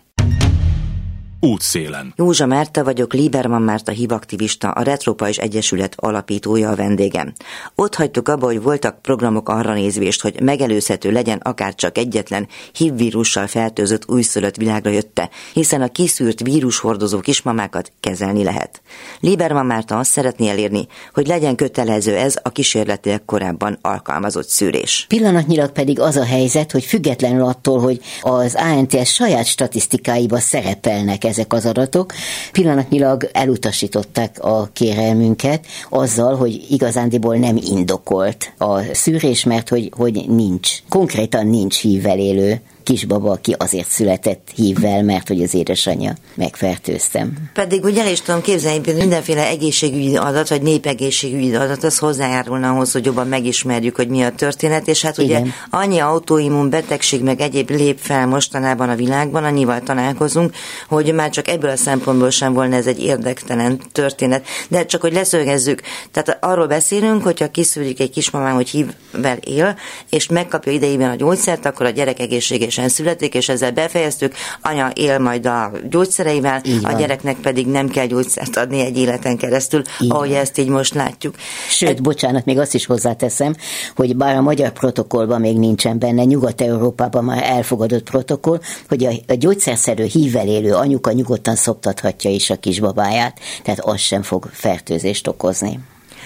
Speaker 1: Útszélen.
Speaker 2: Józsa Márta vagyok, Lieberman Márta HIV aktivista, a Retropajzs Egyesület alapítója a vendégem. Ott hagytuk abba, hogy voltak programok arra nézvést, hogy megelőzhető legyen akár csak egyetlen HIV vírussal fertőzött újszülött világra jötte, hiszen a kiszűrt vírushordozó kismamákat kezelni lehet. Lieberman Márta azt szeretné elérni, hogy legyen kötelező ez a kísérletileg korábban alkalmazott szűrés.
Speaker 3: Pillanatnyilag pedig az a helyzet, hogy függetlenül attól, hogy az ANTS saját statisztikáiba szerepelnek ezek az adatok. Pillanatnyilag elutasították a kérelmünket azzal, hogy igazándiból nem indokolt a szűrés, mert hogy nincs. Konkrétan nincs HIV-vel élő kisbaba, aki azért született HIV-vel, mert hogy az édesanyja megfertőztem.
Speaker 2: Pedig ugye el is tudom képzelni, hogy mindenféle egészségügyi adat, vagy népegészségügyi adat, az hozzájárulna ahhoz, hogy jobban megismerjük, hogy mi a történet, és hát ugye annyi autoimmun betegség, meg egyéb lép fel mostanában a világban, annyival találkozunk, hogy már csak ebből a szempontból sem volna ez egy érdektelen történet. De csak hogy leszögezzük, tehát arról beszélünk, hogyha kiszűrik egy kismamám, hogy HIV-vel él, és megkapja idejében a gyógyszert, akkor a gyerek egészséges születik, és ezzel befejeztük, anya él majd a gyógyszereivel, a gyereknek pedig nem kell gyógyszert adni egy életen keresztül, ahogy ezt így most látjuk.
Speaker 3: Sőt, bocsánat, még azt is hozzáteszem, hogy bár a magyar protokollban még nincsen benne, Nyugat-Európában már elfogadott protokoll, hogy a gyógyszerszedő HIV-vel élő anyuka nyugodtan szoptathatja is a kisbabáját, tehát az sem fog fertőzést okozni.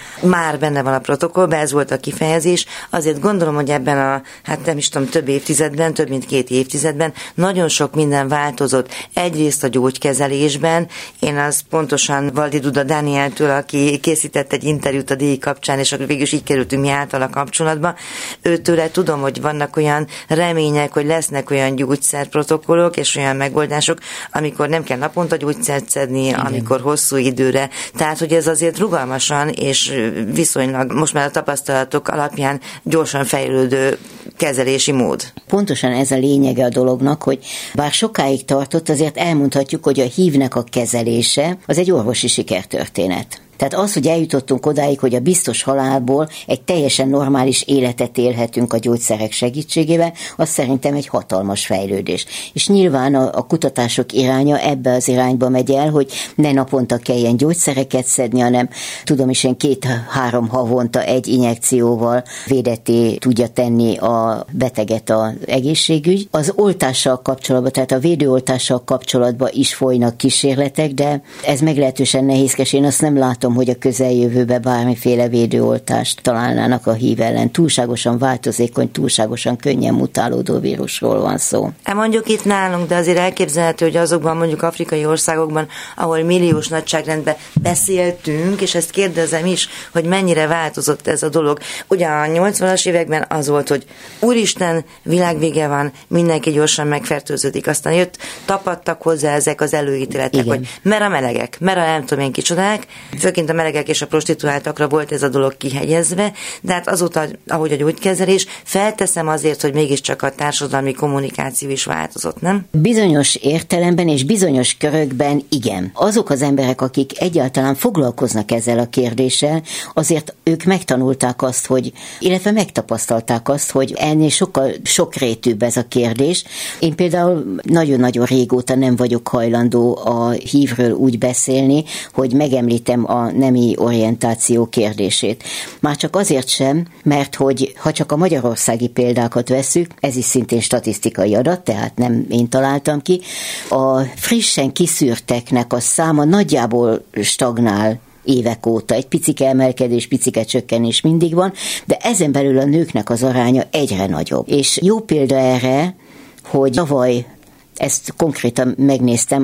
Speaker 2: Már benne van a protokollban, ez volt a kifejezés, azért gondolom, hogy ebben a, hát nem is tudom, több évtizedben, több mint 2 évtizedben nagyon sok minden változott. Egyrészt a gyógykezelésben, én az pontosan Valdi Duda Dánieltől, aki készített egy interjút a díj kapcsán, és akkor végül is így kerültünk mi általa kapcsolatba, őtőle tudom, hogy vannak olyan remények, hogy lesznek olyan gyógyszerprotokollok és olyan megoldások, amikor nem kell naponta gyógyszert szedni, amikor hosszú időre. Tehát, hogy ez azért rugalmasan és viszonylag most már a tapasztalatok alapján gyorsan fejlődő kezelési mód.
Speaker 3: Pontosan ez a lényege a dolognak, hogy bár sokáig tartott, azért elmondhatjuk, hogy a HIV-nek a kezelése az egy orvosi sikertörténet. Tehát az, hogy eljutottunk odáig, hogy a biztos halálból egy teljesen normális életet élhetünk a gyógyszerek segítségével, az szerintem egy hatalmas fejlődés. És nyilván a kutatások iránya ebbe az irányba megy el, hogy ne naponta kelljen gyógyszereket szedni, hanem tudom is én 2-3 havonta egy injekcióval védetté tudja tenni a beteget az egészségügy. Az oltással kapcsolatban, tehát a védőoltással kapcsolatban is folynak kísérletek, de ez meglehetősen nehézkes. Én azt nem látom, hogy a közeljövőben bármiféle védőoltást találnának a HIV ellen. Túlságosan változékony, túlságosan könnyen mutálódó vírusról van szó.
Speaker 2: Mondjuk itt nálunk, de azért elképzelhető, hogy azokban mondjuk afrikai országokban, ahol milliós nagyságrendben beszéltünk, és ezt kérdezem is, hogy mennyire változott ez a dolog. Ugye a 80-as években az volt, hogy úristen, világvége van, mindenki gyorsan megfertőződik. Aztán tapadtak hozzá ezek az előítéletek, hogy mer a melegek, mer a nem tudom én kicsodák, főként a melegek és a prostituáltakra volt ez a dolog kihegyezve, de hát azóta, ahogy a gyógykezelés, felteszem azért, hogy mégiscsak a társadalmi kommunikáció is változott, nem?
Speaker 3: Bizonyos értelemben és bizonyos körökben igen. Azok az emberek, akik egyáltalán foglalkoznak ezzel a kérdéssel, azért ők megtanulták azt, illetve megtapasztalták azt, hogy ennél sokkal sokrétűbb ez a kérdés. Én például nagyon-nagyon régóta nem vagyok hajlandó a HIV-ről úgy beszélni, hogy megemlítem a nemi orientáció kérdését. Már csak azért sem, mert hogy ha csak a magyarországi példákat vesszük, ez is szintén statisztikai adat, tehát nem én találtam ki, a frissen kiszűrteknek a száma nagyjából stagnál évek óta. Egy picike emelkedés, picike csökkenés mindig van, de ezen belül a nőknek az aránya egyre nagyobb. És jó példa erre, hogy tavaly ezt konkrétan megnéztem,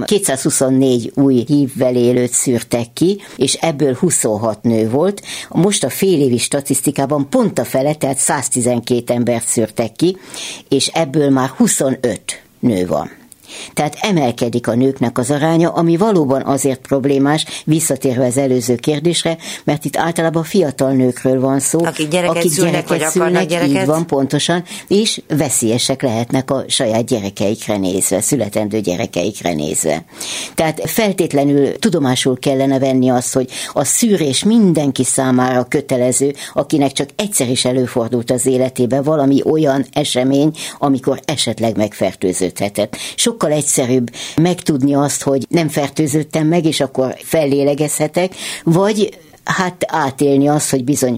Speaker 3: 224 új HIV-vel élőt szűrtek ki, és ebből 26 nő volt. Most a félévi statisztikában pont a fele, tehát 112 embert szűrtek ki, és ebből már 25 nő van. Tehát emelkedik a nőknek az aránya, ami valóban azért problémás, visszatérve az előző kérdésre, mert itt általában fiatal nőkről van szó,
Speaker 2: akik gyereket szülnek,
Speaker 3: így van pontosan, és veszélyesek lehetnek a saját gyerekeikre nézve, születendő gyerekeikre nézve. Tehát feltétlenül tudomásul kellene venni azt, hogy a szűrés mindenki számára kötelező, akinek csak egyszer is előfordult az életében valami olyan esemény, amikor esetleg megfertőződhetett. Sokkal egyszerűbb megtudni azt, hogy nem fertőződtem meg, és akkor fellélegezhetek, vagy hát átélni azt, hogy bizony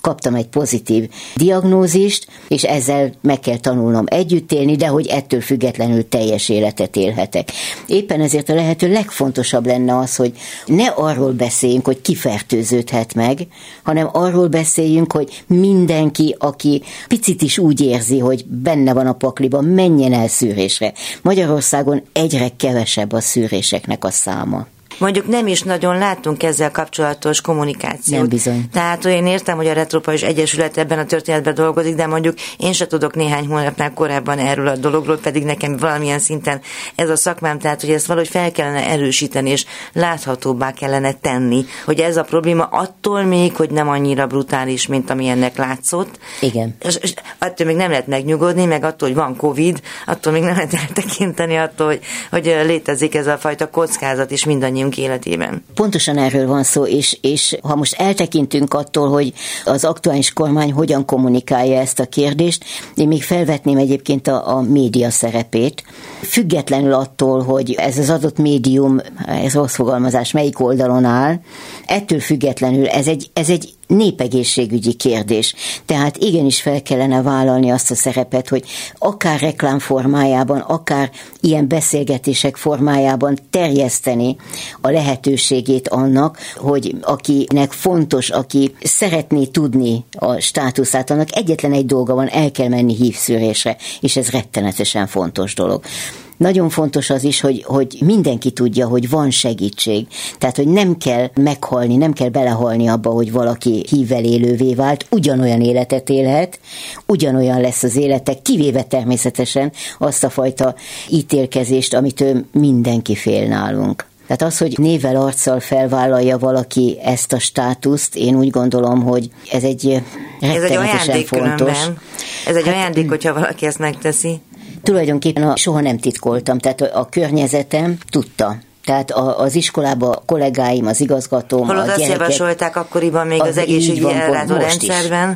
Speaker 3: kaptam egy pozitív diagnózist, és ezzel meg kell tanulnom együtt élni, de hogy ettől függetlenül teljes életet élhetek. Éppen ezért a lehető legfontosabb lenne az, hogy ne arról beszéljünk, hogy ki fertőződhet meg, hanem arról beszéljünk, hogy mindenki, aki picit is úgy érzi, hogy benne van a pakliban, menjen el szűrésre. Magyarországon egyre kevesebb a szűréseknek a száma.
Speaker 2: Mondjuk nem is nagyon látunk ezzel kapcsolatos kommunikációt.
Speaker 3: Nem bizony.
Speaker 2: Tehát én értem, hogy a Retropajzs Egyesület ebben a történetben dolgozik, de mondjuk én se tudok néhány hónapnál korábban erről a dologról, pedig nekem valamilyen szinten ez a szakmám, tehát hogy ezt valahogy fel kellene erősíteni, és láthatóbbá kellene tenni, hogy ez a probléma attól még, hogy nem annyira brutális, mint ami ennek látszott.
Speaker 3: Igen.
Speaker 2: És attól még nem lehet megnyugodni, meg attól, hogy van Covid, attól még nem lehet eltekinteni attól, hogy létezik ez a fajta kockázat is mindannyiunk életében.
Speaker 3: Pontosan erről van szó, és ha most eltekintünk attól, hogy az aktuális kormány hogyan kommunikálja ezt a kérdést, én még felvetném egyébként a média szerepét. Függetlenül attól, hogy ez az adott médium, ez rossz fogalmazás, melyik oldalon áll, ettől függetlenül ez egy népegészségügyi kérdés. Tehát igenis fel kellene vállalni azt a szerepet, hogy akár reklám formájában, akár ilyen beszélgetések formájában terjeszteni a lehetőségét annak, hogy akinek fontos, aki szeretné tudni a státuszát, annak egyetlen egy dolga van, el kell menni HIV-szűrésre, és ez rettenetesen fontos dolog. Nagyon fontos az is, hogy mindenki tudja, hogy van segítség. Tehát, hogy nem kell meghalni, nem kell belehalni abba, hogy valaki HIV-vel élővé vált, ugyanolyan életet élhet, ugyanolyan lesz az élete, kivéve természetesen azt a fajta ítélkezést, amitől mindenki fél nálunk. Tehát az, hogy névvel, arccal felvállalja valaki ezt a státuszt, én úgy gondolom, hogy ez egy rettenetesen fontos.
Speaker 2: Ez egy ajándék, hogyha valaki ezt megteszi.
Speaker 3: Tulajdonképpen soha nem titkoltam, tehát a környezetem tudta. Tehát az iskolában a kollégáim, az igazgatóm,
Speaker 2: holott
Speaker 3: a gyerekek...
Speaker 2: azt javasolták akkoriban még az egészségügyi ellátórendszerben,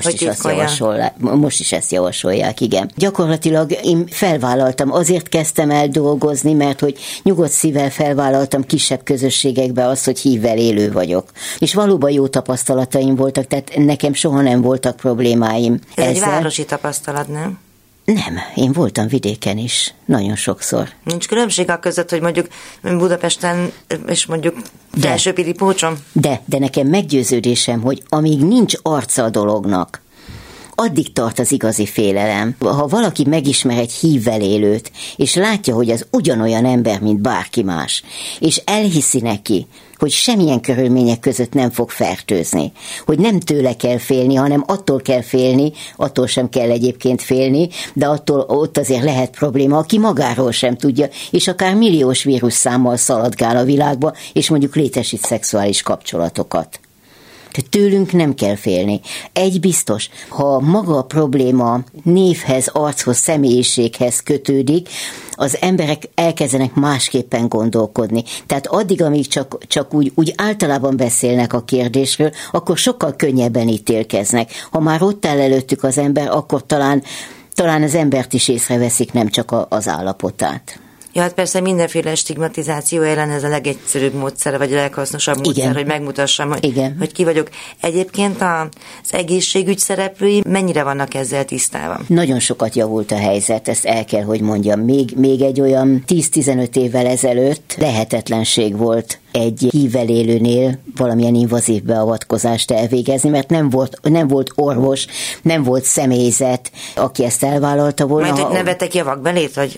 Speaker 3: most is ezt javasolják, igen. Gyakorlatilag én felvállaltam, azért kezdtem el dolgozni, mert hogy nyugodt szívvel felvállaltam kisebb közösségekbe azt, hogy HIV-vel élő vagyok. És valóban jó tapasztalataim voltak, tehát nekem soha nem voltak problémáim.
Speaker 2: Ez egy városi tapasztalat, nem?
Speaker 3: Nem, én voltam vidéken is, nagyon sokszor.
Speaker 2: Nincs különbség a között, hogy mondjuk Budapesten és mondjuk Felső-Pilipócson?
Speaker 3: De nekem meggyőződésem, hogy amíg nincs arca a dolognak, addig tart az igazi félelem. Ha valaki megismer egy HIV-vel élőt, és látja, hogy az ugyanolyan ember, mint bárki más, és elhiszi neki, hogy semmilyen körülmények között nem fog fertőzni, hogy nem tőle kell félni, hanem attól kell félni, attól sem kell egyébként félni, de attól ott azért lehet probléma, aki magáról sem tudja, és akár milliós vírusszámmal szaladgál a világba, és mondjuk létesít szexuális kapcsolatokat. Tőlünk nem kell félni. Egy biztos, ha maga a probléma névhez, archoz, személyiséghez kötődik, az emberek elkezdenek másképpen gondolkodni. Tehát addig, amíg csak úgy általában beszélnek a kérdésről, akkor sokkal könnyebben ítélkeznek. Ha már ott áll előttük az ember, akkor talán az embert is észreveszik, nem csak az állapotát.
Speaker 2: Ja, hát persze mindenféle stigmatizáció ellen ez a legegyszerűbb módszer, vagy a leghasznosabb módszer, igen, hogy megmutassam, hogy ki vagyok. Egyébként az egészségügy szereplői mennyire vannak ezzel tisztában?
Speaker 3: Nagyon sokat javult a helyzet, ezt el kell, hogy mondjam. Még egy olyan 10-15 évvel ezelőtt lehetetlenség volt egy HIV-vel élőnél valamilyen invazív beavatkozást elvégezni, mert nem volt orvos, nem volt személyzet, aki ezt elvállalta volna.
Speaker 2: Majd, hogy ne vettek javakbelét, vagy?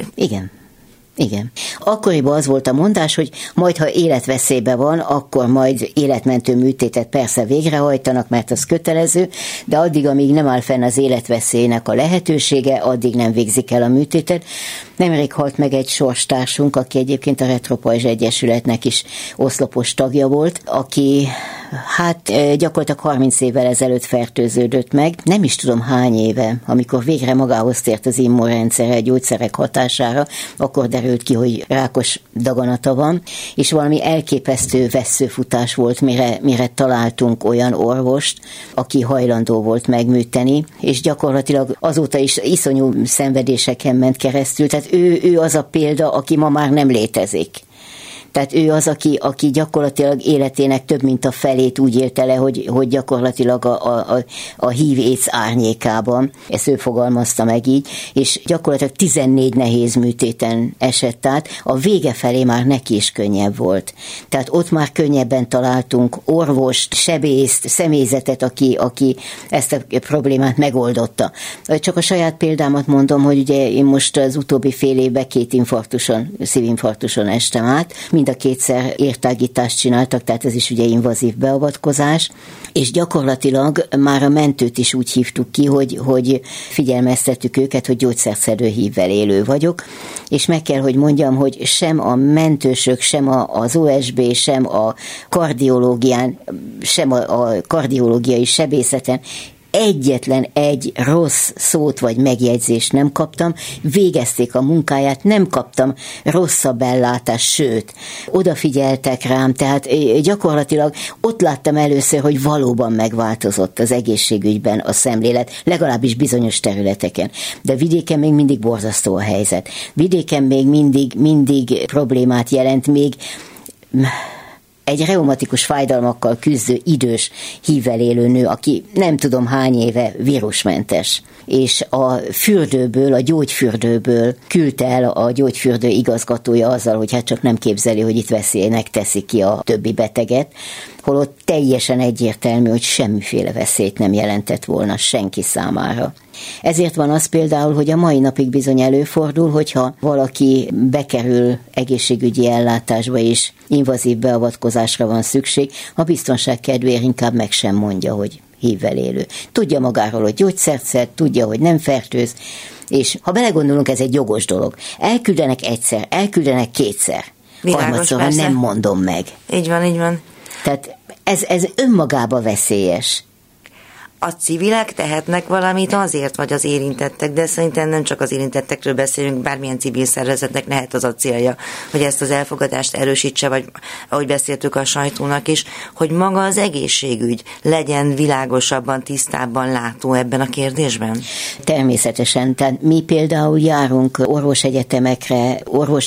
Speaker 3: Igen. Akkoriban az volt a mondás, hogy majd, ha életveszélybe van, akkor majd életmentő műtétet persze végrehajtanak, mert az kötelező, de addig, amíg nem áll fenn az életveszélynek a lehetősége, addig nem végzik el a műtétet. Nemrég halt meg egy sorstársunk, aki egyébként a Retropajzs Egyesületnek is oszlopos tagja volt, aki gyakorlatilag 30 évvel ezelőtt fertőződött meg. Nem is tudom hány éve, amikor végre magához tért az immunrendszere a gyógyszerek hatására, akkor derült ki, hogy rákos daganata van, és valami elképesztő vesszőfutás volt, mire találtunk olyan orvost, aki hajlandó volt megműteni, és gyakorlatilag azóta is iszonyú szenvedéseken ment keresztül, tehát ő az a példa, aki ma már nem létezik. Tehát ő az, aki gyakorlatilag életének több mint a felét úgy élte le, hogy gyakorlatilag a HIV-AIDS árnyékában, ezt ő fogalmazta meg így, és gyakorlatilag 14 nehéz műtéten esett át, a vége felé már neki is könnyebb volt. Tehát ott már könnyebben találtunk orvost, sebészt, személyzetet, aki ezt a problémát megoldotta. Csak a saját példámat mondom, hogy ugye én most az utóbbi fél évben 2 szívinfarktuson estem át, mind a kétszer értágítást csináltak, tehát ez is ugye invazív beavatkozás, és gyakorlatilag már a mentőt is úgy hívtuk ki, hogy figyelmeztettük őket, hogy gyógyszerszedő HIV-vel élő vagyok, és meg kell, hogy mondjam, hogy sem a mentősök, sem az OSB, sem a kardiológián, sem a kardiológiai sebészeten egyetlen egy rossz szót vagy megjegyzést nem kaptam, végezték a munkáját, nem kaptam rosszabb ellátást, sőt, odafigyeltek rám, tehát gyakorlatilag ott láttam először, hogy valóban megváltozott az egészségügyben a szemlélet, legalábbis bizonyos területeken. De vidéken még mindig borzasztó a helyzet. Vidéken még mindig problémát jelent, még egy reumatikus fájdalmakkal küzdő idős HIV-vel élő nő, aki nem tudom hány éve vírusmentes, és a fürdőből, a gyógyfürdőből küldte el a gyógyfürdő igazgatója azzal, hogy hát csak nem képzeli, hogy itt veszélynek teszi ki a többi beteget, holott teljesen egyértelmű, hogy semmiféle veszélyt nem jelentett volna senki számára. Ezért van az például, hogy a mai napig bizony előfordul, hogyha valaki bekerül egészségügyi ellátásba és invazív beavatkozásra van szükség, a biztonság kedvéért inkább meg sem mondja, hogy HIV-vel élő. Tudja magáról, hogy gyógyszert szed, tudja, hogy nem fertőz, és ha belegondolunk, ez egy jogos dolog. Elküldenek egyszer, elküldenek kétszer. Harmadszorra nem mondom meg.
Speaker 2: Így van.
Speaker 3: Tehát ez önmagában veszélyes.
Speaker 2: A civilek tehetnek valamit azért, vagy az érintettek, de szerintem nem csak az érintettekről beszélünk, bármilyen civil szervezetnek lehet az a célja, hogy ezt az elfogadást erősítse, vagy ahogy beszéltük a sajtónak is, hogy maga az egészségügy legyen világosabban, tisztábban látó ebben a kérdésben?
Speaker 3: Természetesen. Tehát mi például járunk orvosegyetemekre,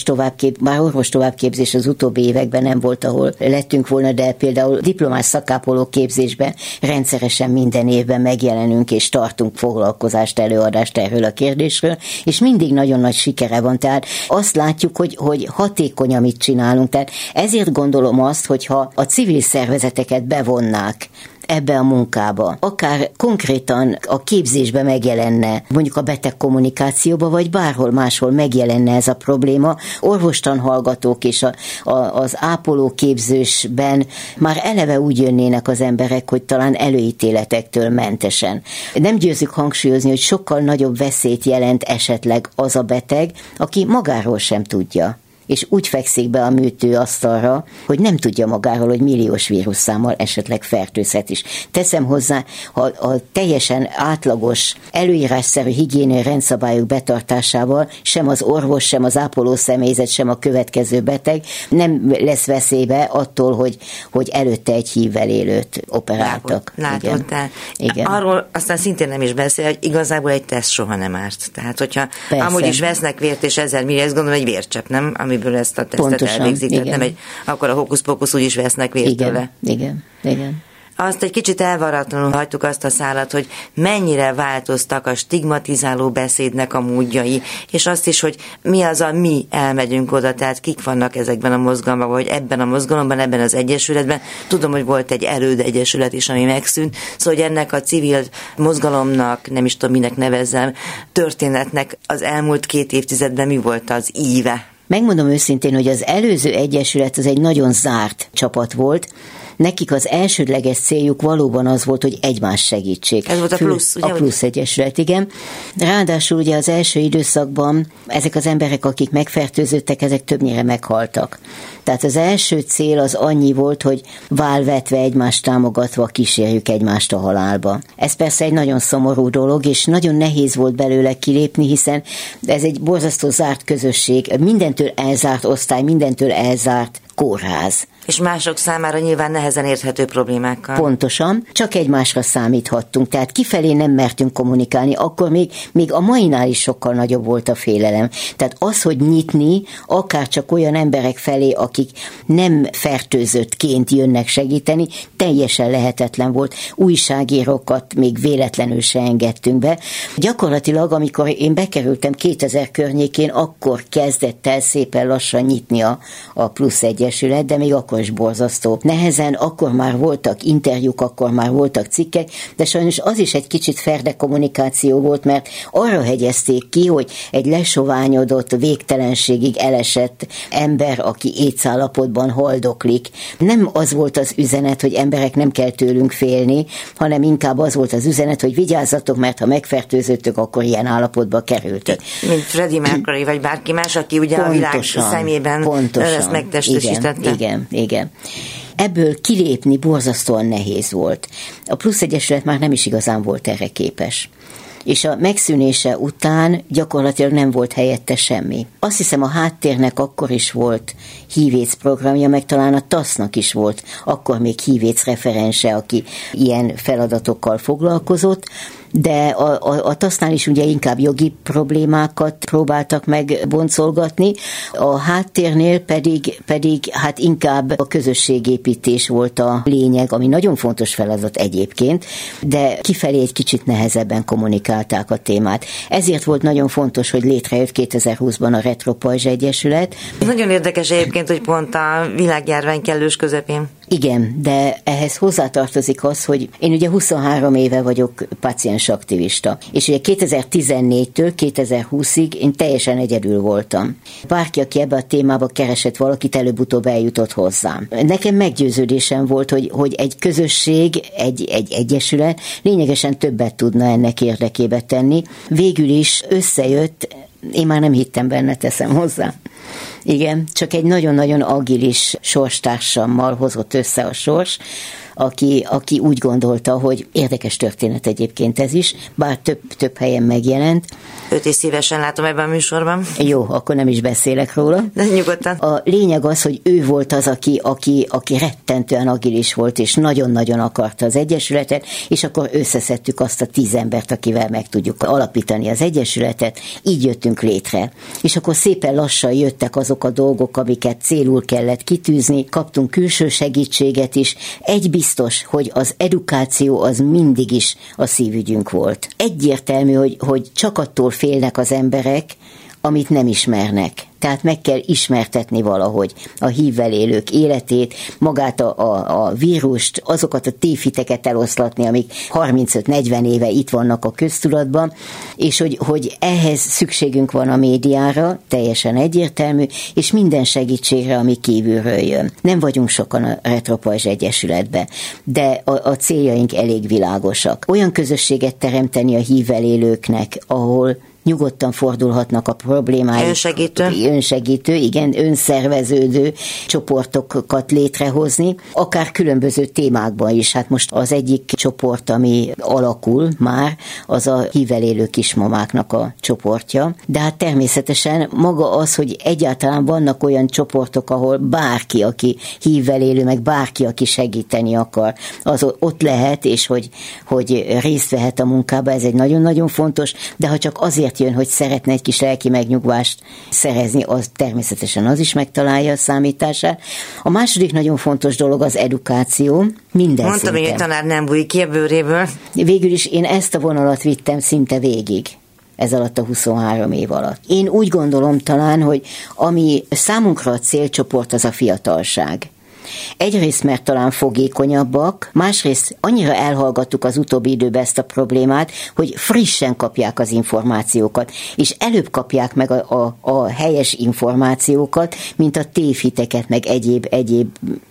Speaker 3: orvos továbbképzés az utóbbi években nem volt, ahol lettünk volna, de például diplomás szakápoló képzésben rendszeresen minden évben megjelenünk és tartunk foglalkozást, előadást erről a kérdésről, és mindig nagyon nagy sikere van. Tehát azt látjuk, hogy hatékony, amit csinálunk. Tehát ezért gondolom azt, hogyha a civil szervezeteket bevonnák ebbe a munkába, akár konkrétan a képzésbe megjelenne, mondjuk a beteg kommunikációba, vagy bárhol máshol megjelenne ez a probléma, orvostanhallgatók és az ápolóképzésben már eleve úgy jönnének az emberek, hogy talán előítéletektől mentesen. Nem győzzük hangsúlyozni, hogy sokkal nagyobb veszélyt jelent esetleg az a beteg, aki magáról sem tudja, és úgy fekszik be a műtőasztalra, hogy nem tudja magáról, hogy milliós vírusszámmal esetleg fertőzhet is. Teszem hozzá, ha a teljesen átlagos, előírásszerű higiéniai rendszabályok betartásával sem az orvos, sem az ápoló személyzet, sem a következő beteg nem lesz veszélybe attól, hogy előtte egy HIV-vel élőt operáltak.
Speaker 2: Látottál. Igen. Arról aztán szintén nem is beszél, hogy igazából egy teszt soha nem árt. Tehát, hogyha persze, amúgy is vesznek vért, és ezzel mire, ezt gondolom, egy vércsepp, nem? Amiből ezt a tesztet pontosan, elvégzik. Tehát nem akkor a hókusz-pókusz úgy is vesznek vért tőle.
Speaker 3: Igen.
Speaker 2: Azt egy kicsit elvaratlanul hagytuk azt a szálat, hogy mennyire változtak a stigmatizáló beszédnek a módjai, és azt is, hogy mi az a mi elmegyünk oda, tehát kik vannak ezekben a mozgalmakban, vagy ebben a mozgalomban, ebben az egyesületben. Tudom, hogy volt egy erődegyesület is, ami megszűnt, szóval hogy ennek a civil mozgalomnak, nem is tudom, minek nevezzem, történetnek az elmúlt 2 évtizedben mi volt az íve?
Speaker 3: Megmondom őszintén, hogy az előző egyesület az egy nagyon zárt csapat volt. Nekik az elsődleges céljuk valóban az volt, hogy egymás segítsék.
Speaker 2: Ez volt a plusz, ugye?
Speaker 3: A plusz egyesület, igen. Ráadásul ugye az első időszakban ezek az emberek, akik megfertőzöttek, ezek többnyire meghaltak. Tehát az első cél az annyi volt, hogy válvetve, egymást támogatva kísérjük egymást a halálba. Ez persze egy nagyon szomorú dolog, és nagyon nehéz volt belőle kilépni, hiszen ez egy borzasztó zárt közösség, mindentől elzárt osztály, mindentől elzárt kórház.
Speaker 2: És mások számára nyilván nehezen érthető problémákkal.
Speaker 3: Pontosan, csak egymásra számíthattunk, tehát kifelé nem mertünk kommunikálni, akkor még a mainál is sokkal nagyobb volt a félelem. Tehát az, hogy nyitni, akár csak olyan emberek felé, akik nem fertőzöttként jönnek segíteni, teljesen lehetetlen volt. Újságírókat még véletlenül se engedtünk be. Gyakorlatilag, amikor én bekerültem 2000 környékén, akkor kezdett el szépen lassan nyitni a Plusz Egyesület, de még akkor is borzasztó. Nehezen, akkor már voltak interjúk, akkor már voltak cikkek, de sajnos az is egy kicsit ferde kommunikáció volt, mert arra hegyezték ki, hogy egy lesoványodott, végtelenségig elesett ember, aki étszállapotban haldoklik. Nem az volt az üzenet, hogy emberek nem kell tőlünk félni, hanem inkább az volt az üzenet, hogy vigyázzatok, mert ha megfertőzöttök, akkor ilyen állapotba kerültök.
Speaker 2: Mint Freddie Mercury, vagy bárki más, aki ugye pontosan, a világ szemében ezt megtestesítette.
Speaker 3: Igen. Ebből kilépni borzasztóan nehéz volt. A Plusz Egyesület már nem is igazán volt erre képes. És a megszűnése után gyakorlatilag nem volt helyette semmi. Azt hiszem, a Háttérnek akkor is volt HIV/AIDS programja, meg talán a TASZ-nak is volt akkor még HIV/AIDS referense, aki ilyen feladatokkal foglalkozott, de a TASZ-nál is ugye inkább jogi problémákat próbáltak megboncolgatni, a Háttérnél pedig hát inkább a közösségépítés volt a lényeg, ami nagyon fontos feladat egyébként, de kifelé egy kicsit nehezebben kommunikálták a témát. Ezért volt nagyon fontos, hogy létrejött 2020-ban a Retro-Pajzs Egyesület.
Speaker 2: Nagyon érdekes egyébként, hogy pont a világjárvány kellős közepén.
Speaker 3: Igen, de ehhez hozzátartozik az, hogy én ugye 23 éve vagyok páciensaktivista, és ugye 2014-től 2020-ig én teljesen egyedül voltam. Bárki, aki ebbe a témába keresett valakit, előbb-utóbb eljutott hozzám. Nekem meggyőződésem volt, hogy egy közösség, egy egyesület lényegesen többet tudna ennek érdekébe tenni. Végül is összejött, én már nem hittem benne, teszem hozzá. Igen, csak egy nagyon-nagyon agilis sorstársammal hozott össze a sors, aki úgy gondolta, hogy érdekes történet egyébként ez is, bár több helyen megjelent.
Speaker 2: Őt is szívesen látom ebben a műsorban.
Speaker 3: Jó, akkor nem is beszélek róla.
Speaker 2: De nyugodtan.
Speaker 3: A lényeg az, hogy ő volt az, aki rettentően agilis volt, és nagyon-nagyon akarta az egyesületet, és akkor összeszedtük azt a 10 embert, akivel meg tudjuk alapítani az egyesületet, így jöttünk létre. És akkor szépen lassan jöttek azok a dolgok, amiket célul kellett kitűzni, kaptunk külső segítséget is. Egy biztos, hogy az edukáció az mindig is a szívügyünk volt. Egyértelmű, hogy csak attól félnek az emberek, amit nem ismernek. Tehát meg kell ismertetni valahogy a HIV-vel élők életét, magát a vírust, azokat a tévhiteket eloszlatni, amik 35-40 éve itt vannak a köztudatban, és hogy ehhez szükségünk van a médiára, teljesen egyértelmű, és minden segítségre, ami kívülről jön. Nem vagyunk sokan a Retro-Pajzs Egyesületben, de a céljaink elég világosak. Olyan közösséget teremteni a HIV-vel élőknek, ahol nyugodtan fordulhatnak a problémáik. Önsegítő, igen, önszerveződő csoportokat létrehozni, akár különböző témákban is. Hát most az egyik csoport, ami alakul már, az a HIV-vel élő kismamáknak a csoportja. De hát természetesen maga az, hogy egyáltalán vannak olyan csoportok, ahol bárki, aki HIV-vel élő, meg bárki, aki segíteni akar, az ott lehet, és hogy részt vehet a munkába, ez egy nagyon-nagyon fontos, de ha csak azért jön, hogy szeretne egy kis lelki megnyugvást szerezni, az természetesen az is megtalálja a számítását. A második nagyon fontos dolog az edukáció. Minden
Speaker 2: mondtam, hogy a tanár nem bújik ki a bőréből.
Speaker 3: Végül is én ezt a vonalat vittem szinte végig. Ez alatt a 23 év alatt. Én úgy gondolom talán, hogy ami számunkra a célcsoport, az a fiatalság. Egyrészt, mert talán fogékonyabbak, másrészt annyira elhallgattuk az utóbbi időben ezt a problémát, hogy frissen kapják az információkat, és előbb kapják meg a helyes információkat, mint a tévhiteket, meg egyéb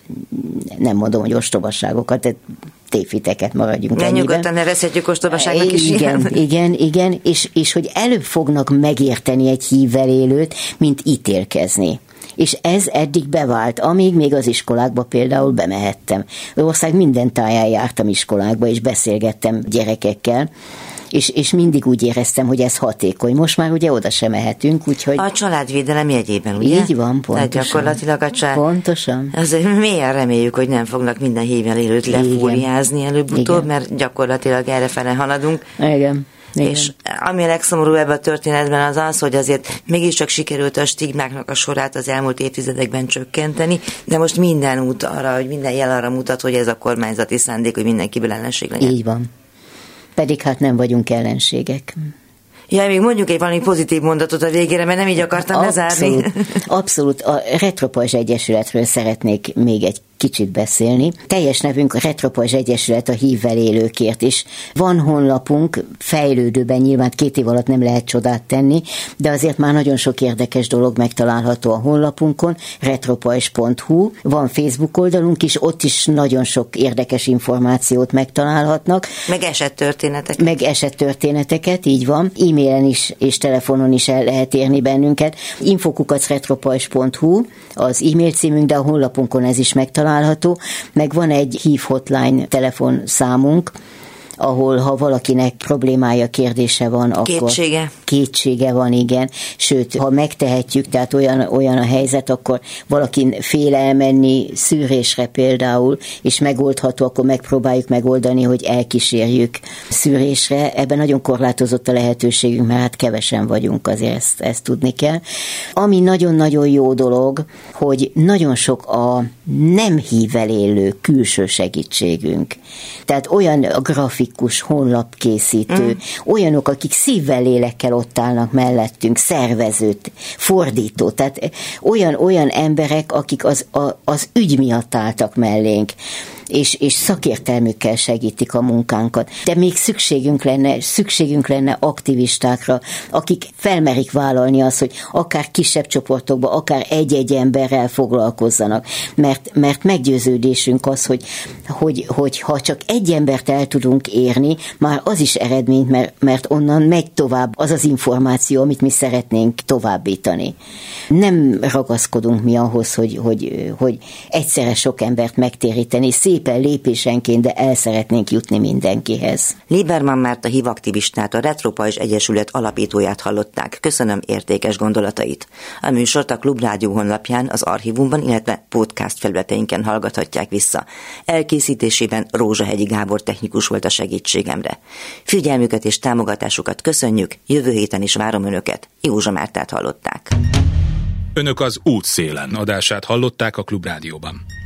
Speaker 3: nem mondom, hogy ostobaságokat, de tévhiteket maradjunk ennyiben.
Speaker 2: Nyugodtan nevezhetjük ostobaságnak is.
Speaker 3: Igen, és hogy előbb fognak megérteni egy HIV-vel élőt, mint ítélkezni. És ez eddig bevált, amíg még az iskolákba például bemehettem. Az ország minden táján jártam iskolákba, és beszélgettem gyerekekkel, és mindig úgy éreztem, hogy ez hatékony. Most már ugye oda sem mehetünk, úgyhogy...
Speaker 2: A családvédelem jegyében, ugye?
Speaker 3: Így van, pontosan.
Speaker 2: Tehát gyakorlatilag a család...
Speaker 3: Pontosan.
Speaker 2: Azért mélyen reméljük, hogy nem fognak minden hívvel élőt lefúriázni előbb-utóbb, mert gyakorlatilag errefele haladunk.
Speaker 3: Igen.
Speaker 2: És ami a legszomorúbb ebben a történetben az az, hogy azért mégiscsak sikerült a stigmáknak a sorát az elmúlt évtizedekben csökkenteni, de most minden út arra, hogy minden jel arra mutat, hogy ez a kormányzati szándék, hogy mindenkiből ellenség legyen.
Speaker 3: Így van. Pedig hát nem vagyunk ellenségek.
Speaker 2: Ja, még mondjuk egy valami pozitív mondatot a végére, mert nem így akartam lezárni.
Speaker 3: Abszolút. A Retropajzs Egyesületről szeretnék még egy kicsit beszélni. Teljes nevünk a Retropajzs Egyesület a HIV-vel élőkért is. Van honlapunk, fejlődőben, nyilván 2 év alatt nem lehet csodát tenni, de azért már nagyon sok érdekes dolog megtalálható a honlapunkon, retropajzs.hu. Van Facebook oldalunk is, ott is nagyon sok érdekes információt megtalálhatnak. Meg esettörténeteket, így van. E-mailen is és telefonon is el lehet érni bennünket. info@retropajzs.hu az e-mail címünk, de a honlapunkon ez is megtalálható. Meg van egy HIV hotline telefonszámunk, ahol ha valakinek problémája, kérdése van, akkor... Kétsége van, igen. Sőt, ha megtehetjük, tehát olyan a helyzet, akkor valakin fél elmenni szűrésre például, és megoldható, akkor megpróbáljuk megoldani, hogy elkísérjük szűrésre. Ebben nagyon korlátozott a lehetőségünk, mert hát kevesen vagyunk, azért ezt tudni kell. Ami nagyon-nagyon jó dolog, hogy nagyon sok a nem HIV-vel élő külső segítségünk. Tehát olyan a grafikus, honlapkészítő, olyanok, akik szívvel, lélekkel ott állnak mellettünk, szervezőt, fordító, tehát olyan emberek, akik az ügy miatt álltak mellénk, és szakértelmükkel segítik a munkánkat. De még szükségünk lenne aktivistákra, akik felmerik vállalni azt, hogy akár kisebb csoportokban, akár egy-egy emberrel foglalkozzanak. Mert meggyőződésünk az, hogy ha csak egy embert el tudunk érni, már az is eredmény, mert onnan megy tovább az az információ, amit mi szeretnénk továbbítani. Nem ragaszkodunk mi ahhoz, hogy egyszerre sok embert megtéríteni, szépen lépésenként, de el szeretnénk jutni mindenkihez.
Speaker 2: Lieberman Márta HIV aktivistát, a Retropajzs Egyesület alapítóját hallották. Köszönöm értékes gondolatait. A műsort a Klubrádió honlapján, az archívumban, illetve podcast felületeinken hallgathatják vissza. Elkészítésében Rózsahegyi Gábor technikus volt a segítségemre. Figyelmüket és támogatásukat köszönjük, jövő héten is várom Önöket. Józsa Mártát hallották.
Speaker 1: Önök az Útszélen adását hallották a Klubrádióban.